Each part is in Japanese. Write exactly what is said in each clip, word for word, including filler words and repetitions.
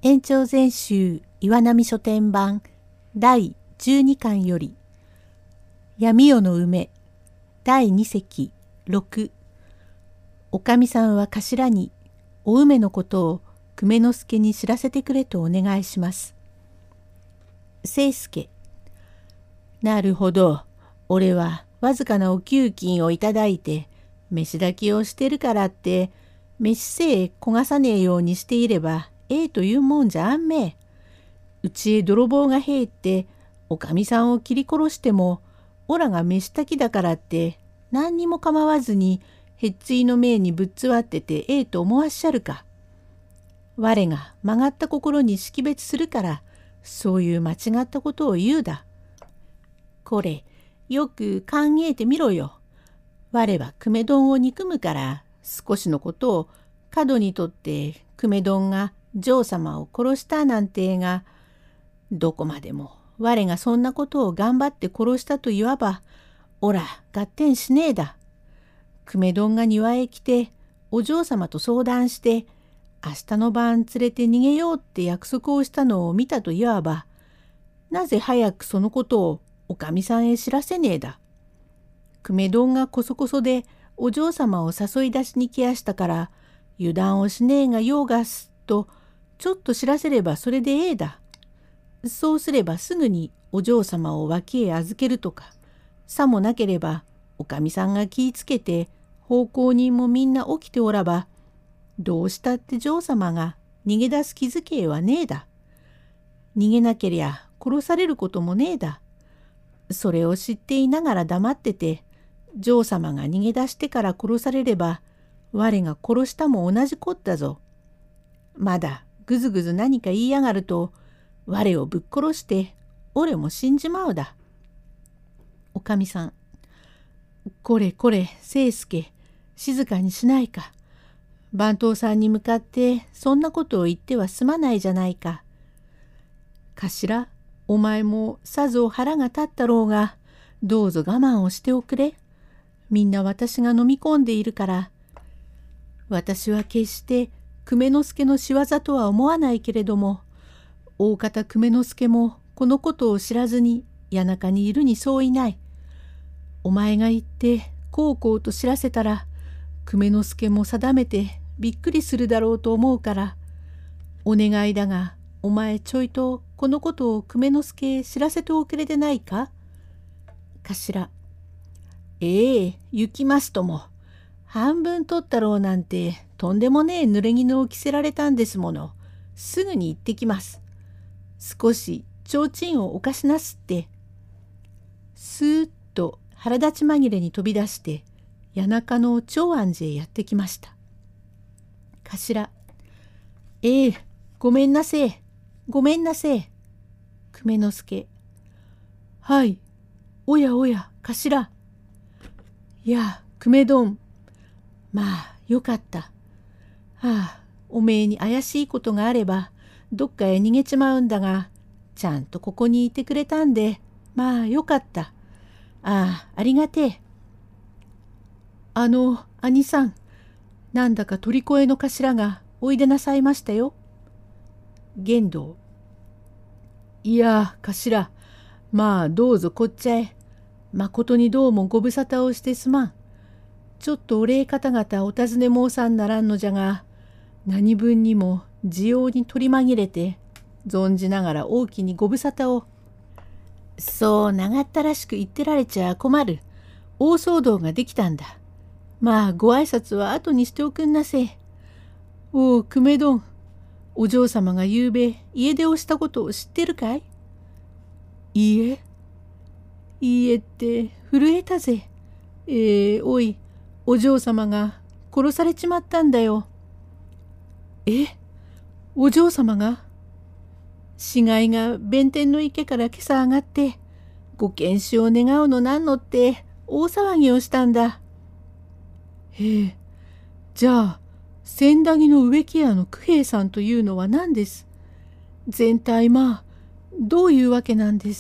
延長全集岩波書店版だいじゅうにかんより闇夜の梅だいにせきろく。おかみさんは頭にお梅のことを久米之助に知らせてくれとお願いします。清助、なるほど。俺はわずかなお給金をいただいて飯炊きをしてるからって飯せえ焦がさねえようにしていればええというもんじゃあんめ。うちへ泥棒が入っておかみさんを切り殺してもおらが飯炊きだからって何にも構わずにへっついの命にぶっつわっててええと思わっしゃるか。我が曲がった心に識別するからそういう間違ったことを言うだ。これよく考えてみろよ。我は久米丼を憎むから少しのことを過度にとって久米丼が嬢様を殺したなんてが、どこまでも我がそんなことを頑張って殺したと言わばおら合点しねえだ。久米丼が庭へ来てお嬢様と相談して明日の晩連れて逃げようって約束をしたのを見たと言わば、なぜ早くそのことをおかみさんへ知らせねえだ。久米丼がこそこそでお嬢様を誘い出しに来やしたから油断をしねえがようがすとちょっと知らせればそれでええだ。そうすればすぐにお嬢様を脇へ預けるとか、さもなければおかみさんが気ぃつけて奉公人もみんな起きておらば、どうしたって嬢様が逃げ出す気づけはねえだ。逃げなけりゃ殺されることもねえだ。それを知っていながら黙ってて、嬢様が逃げ出してから殺されれば、我が殺したも同じこったぞ。まだぐずぐず何か言いやがると、我をぶっ殺して、俺も死んじまうだ。おかみさん、これこれ、清助、静かにしないか。番頭さんに向かってそんなことを言ってはすまないじゃないか。頭、お前もさぞ腹が立ったろうが、どうぞ我慢をしておくれ。みんな私が飲み込んでいるから。私は決して久米之助の仕業とは思わないけれども、大方久米之助もこのことを知らずに谷中にいるにそういない。お前が言ってこうこうと知らせたら、久米之助も定めてびっくりするだろうと思うから、お願いだがお前ちょいとこのことを久米之助へ知らせておくれでないか。頭、ええ、行きますとも。半分取ったろうなんてとんでもねえ濡れ衣を着せられたんですもの。すぐに行ってきます。少し提灯をおかしなすって。スーッと腹立ち紛れに飛び出して谷中の長安寺へやってきました。頭、ええ、ごめんなせえ、ごめんなせえ。久米之助、はい、おやおや、頭。いや、久米丼、まあ、よかった。はあ、おめえに怪しいことがあれば、どっかへ逃げちまうんだが、ちゃんとここにいてくれたんで、まあ、よかった。ああ、ありがてえ。あの、兄さん、なんだか鳥越の頭がおいでなさいましたよ。玄道、いや、頭、まあ、どうぞこっちゃへ。まことにどうもご無沙汰をしてすまん。ちょっとお礼方々お尋ね申さんならんのじゃが、何分にも需要に取り紛れて、存じながら大きにご無沙汰を。そう長ったらしく言ってられちゃ困る。大騒動ができたんだ。まあご挨拶は後にしておくんなせえ。おう久米丼、お嬢様がゆうべ家出をしたことを知ってるかい。いいえ。いいえって震えたぜ。ええー、おい、お嬢様が殺されちまったんだよ。え、お嬢様が。死骸が弁天の池から今朝上がって、ご検死を願うのなんのって大騒ぎをしたんだ。へえ、じゃあ、千駄木の植木屋の九兵衛さんというのは何です。全体まあ、どういうわけなんです。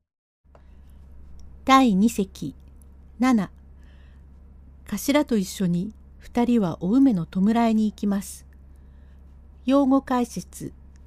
だいにせきなな。頭と一緒に二人はお梅の弔いに行きます。用語解説。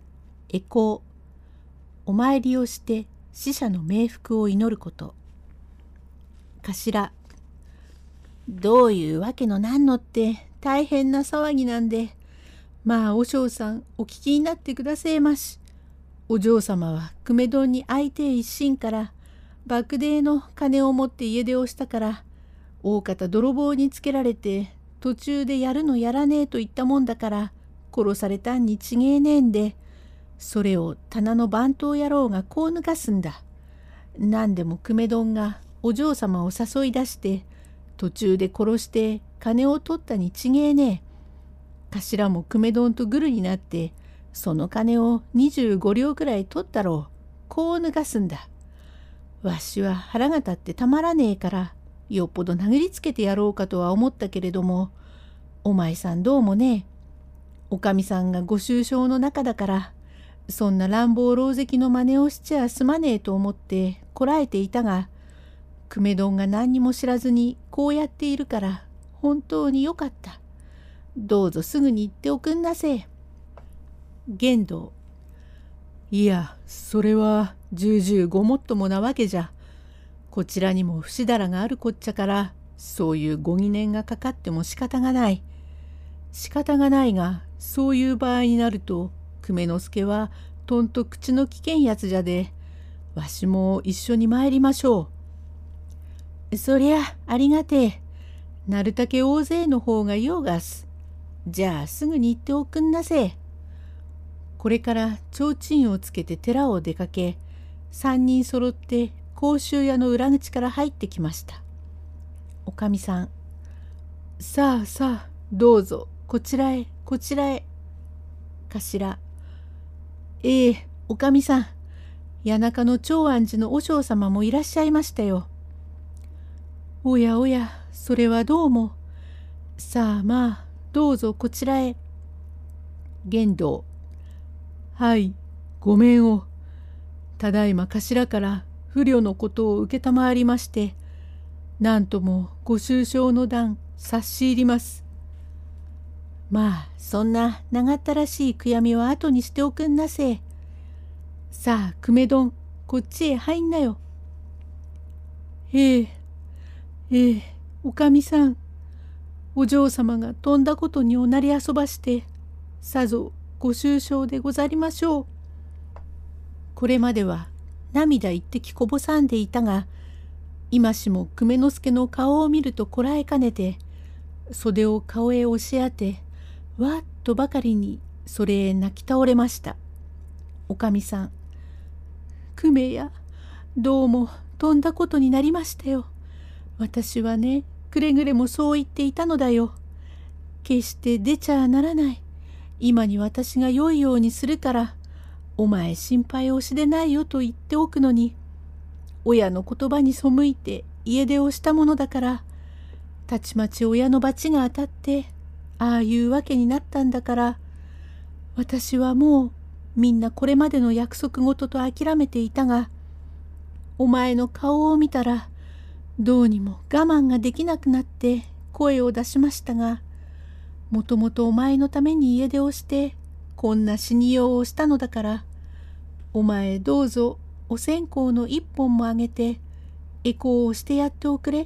回向、お参りをして死者の冥福を祈ること。頭、どういうわけのなんのって大変な騒ぎなんで、まあお嬢さんお聞きになってくだせえまし。お嬢様は久米丼に相手一心から爆泥の金を持って家出をしたから、大方泥棒につけられて途中でやるのやらねえと言ったもんだから殺されたんにちげえねえんで、それを棚の番頭野郎がこう抜かすんだ。なんでも久米丼がお嬢様を誘い出して途中で殺して金を取ったにちげえねえ。頭も久米丼とグルになってその金をにじゅうご両くらい取ったろう。こう抜かすんだ。わしは腹が立ってたまらねえからよっぽど殴りつけてやろうかとは思ったけれども、お前さんどうもね、おかみさんがご愁傷の中だからそんな乱暴狼藉の真似をしちゃすまねえと思ってこらえていたが、久米丼が何にも知らずにこうやっているから本当によかった。どうぞすぐに言っておくんなせえ。玄道、いや、それは重々ごもっともなわけじゃ。こちらにも不死だらがあるこっちゃから、そういうご疑念がかかっても仕方がない。仕方がないが、そういう場合になると、久米之助はとんと口の危険やつじゃで、わしも一緒に参りましょう。そりゃありがてえ。なるたけ大勢の方がようがす。じゃあすぐに言っておくんなせえ。これから提灯をつけて寺を出かけ、三人そろって甲州屋の裏口から入ってきました。おかみさん、さあさあ、どうぞこちらへこちらへ。頭、ええ、おかみさん、谷中の長安寺の和尚様もいらっしゃいましたよ。おやおや、それはどうも。さあまあ、どうぞこちらへ。玄道、はい、ごめんを。ただいま頭から不慮のことを承りまして、なんともご愁傷の段差し入ります。まあ、そんな長ったらしい悔やみは後にしておくんなせえ。さあ、久米丼、こっちへ入んなよ。ええ、ええ、おかみさん、お嬢様が飛んだことにおなり遊ばして、さぞご愁傷でござりましょう。これまでは涙一滴こぼさんでいたが、今しも久米之助の顔を見るとこらえかねて、袖を顔へ押し当て、わっとばかりにそれへ泣き倒れました。おかみさん、久米や、どうも飛んだことになりましたよ。私はね、くれぐれもそう言っていたのだよ。決して出ちゃならない。今に私が良いようにするから、お前心配をしでないよと言っておくのに、親の言葉に背いて家出をしたものだから、たちまち親の罰が当たって、ああいうわけになったんだから、私はもうみんなこれまでの約束事と諦めていたが、お前の顔を見たら、どうにも我慢ができなくなって声を出しましたが、もともとお前のために家出をしてこんな死にようをしたのだから、お前どうぞお線香の一本もあげて回向をしてやっておくれ。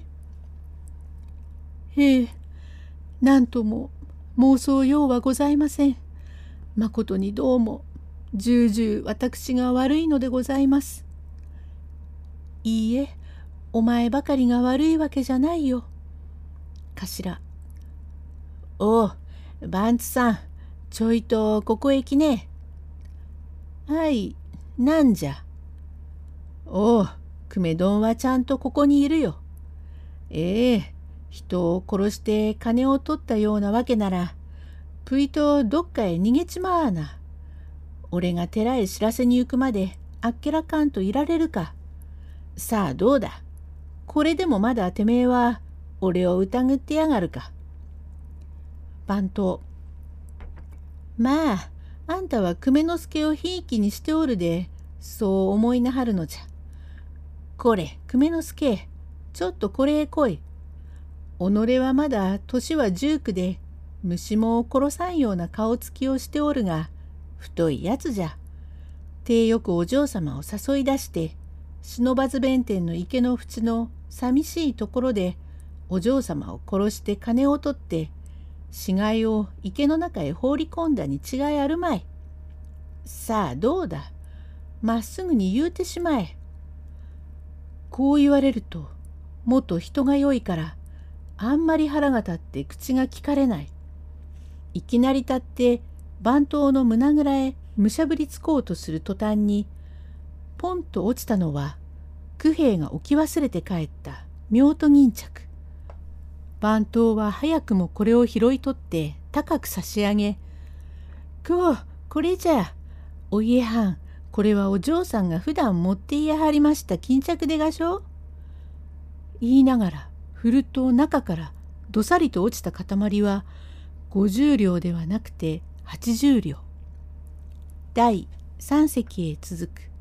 へえ、なんとも妄想ようはございません。まことにどうも重々私が悪いのでございます。いいえ、お前ばかりが悪いわけじゃないよ。頭、おう、バンツさん、ちょいとここへ来ねえ。はい、なんじゃ。おう、久米丼はちゃんとここにいるよ。ええ、人を殺して金を取ったようなわけなら、ぷいとどっかへ逃げちまわな。俺が寺へ知らせに行くまであっけらかんといられるか。さあどうだ。これでもまだてめえは俺を疑ってやがるか。番頭、まあ、あんたは久米之助をひいきにしておるで、そう思いなはるのじゃ。これ、久米之助、ちょっとこれへ来い。己はまだ年は十九で、虫も殺さんような顔つきをしておるが、太いやつじゃ。 手よくお嬢様を誘い出して、不忍弁天の池の縁の寂しいところでお嬢様を殺して金を取って、死骸を池の中へ放り込んだに違いあるまい。さあどうだ、まっすぐに言うてしまえ。こう言われると、もっと人が良いから、あんまり腹が立って口が聞かれない。いきなり立って番頭の胸ぐらへむしゃぶりつこうとする途端に、ポンと落ちたのは、九兵衛が置き忘れて帰った妙と巾着。番頭は早くもこれを拾い取って高く差し上げ、こう、これじゃ、お家はん、これはお嬢さんが普段持っていやはりました巾着でがしょ。言いながら、ふると中からどさりと落ちた塊は、五十両ではなくて八十両。第三隻へ続く。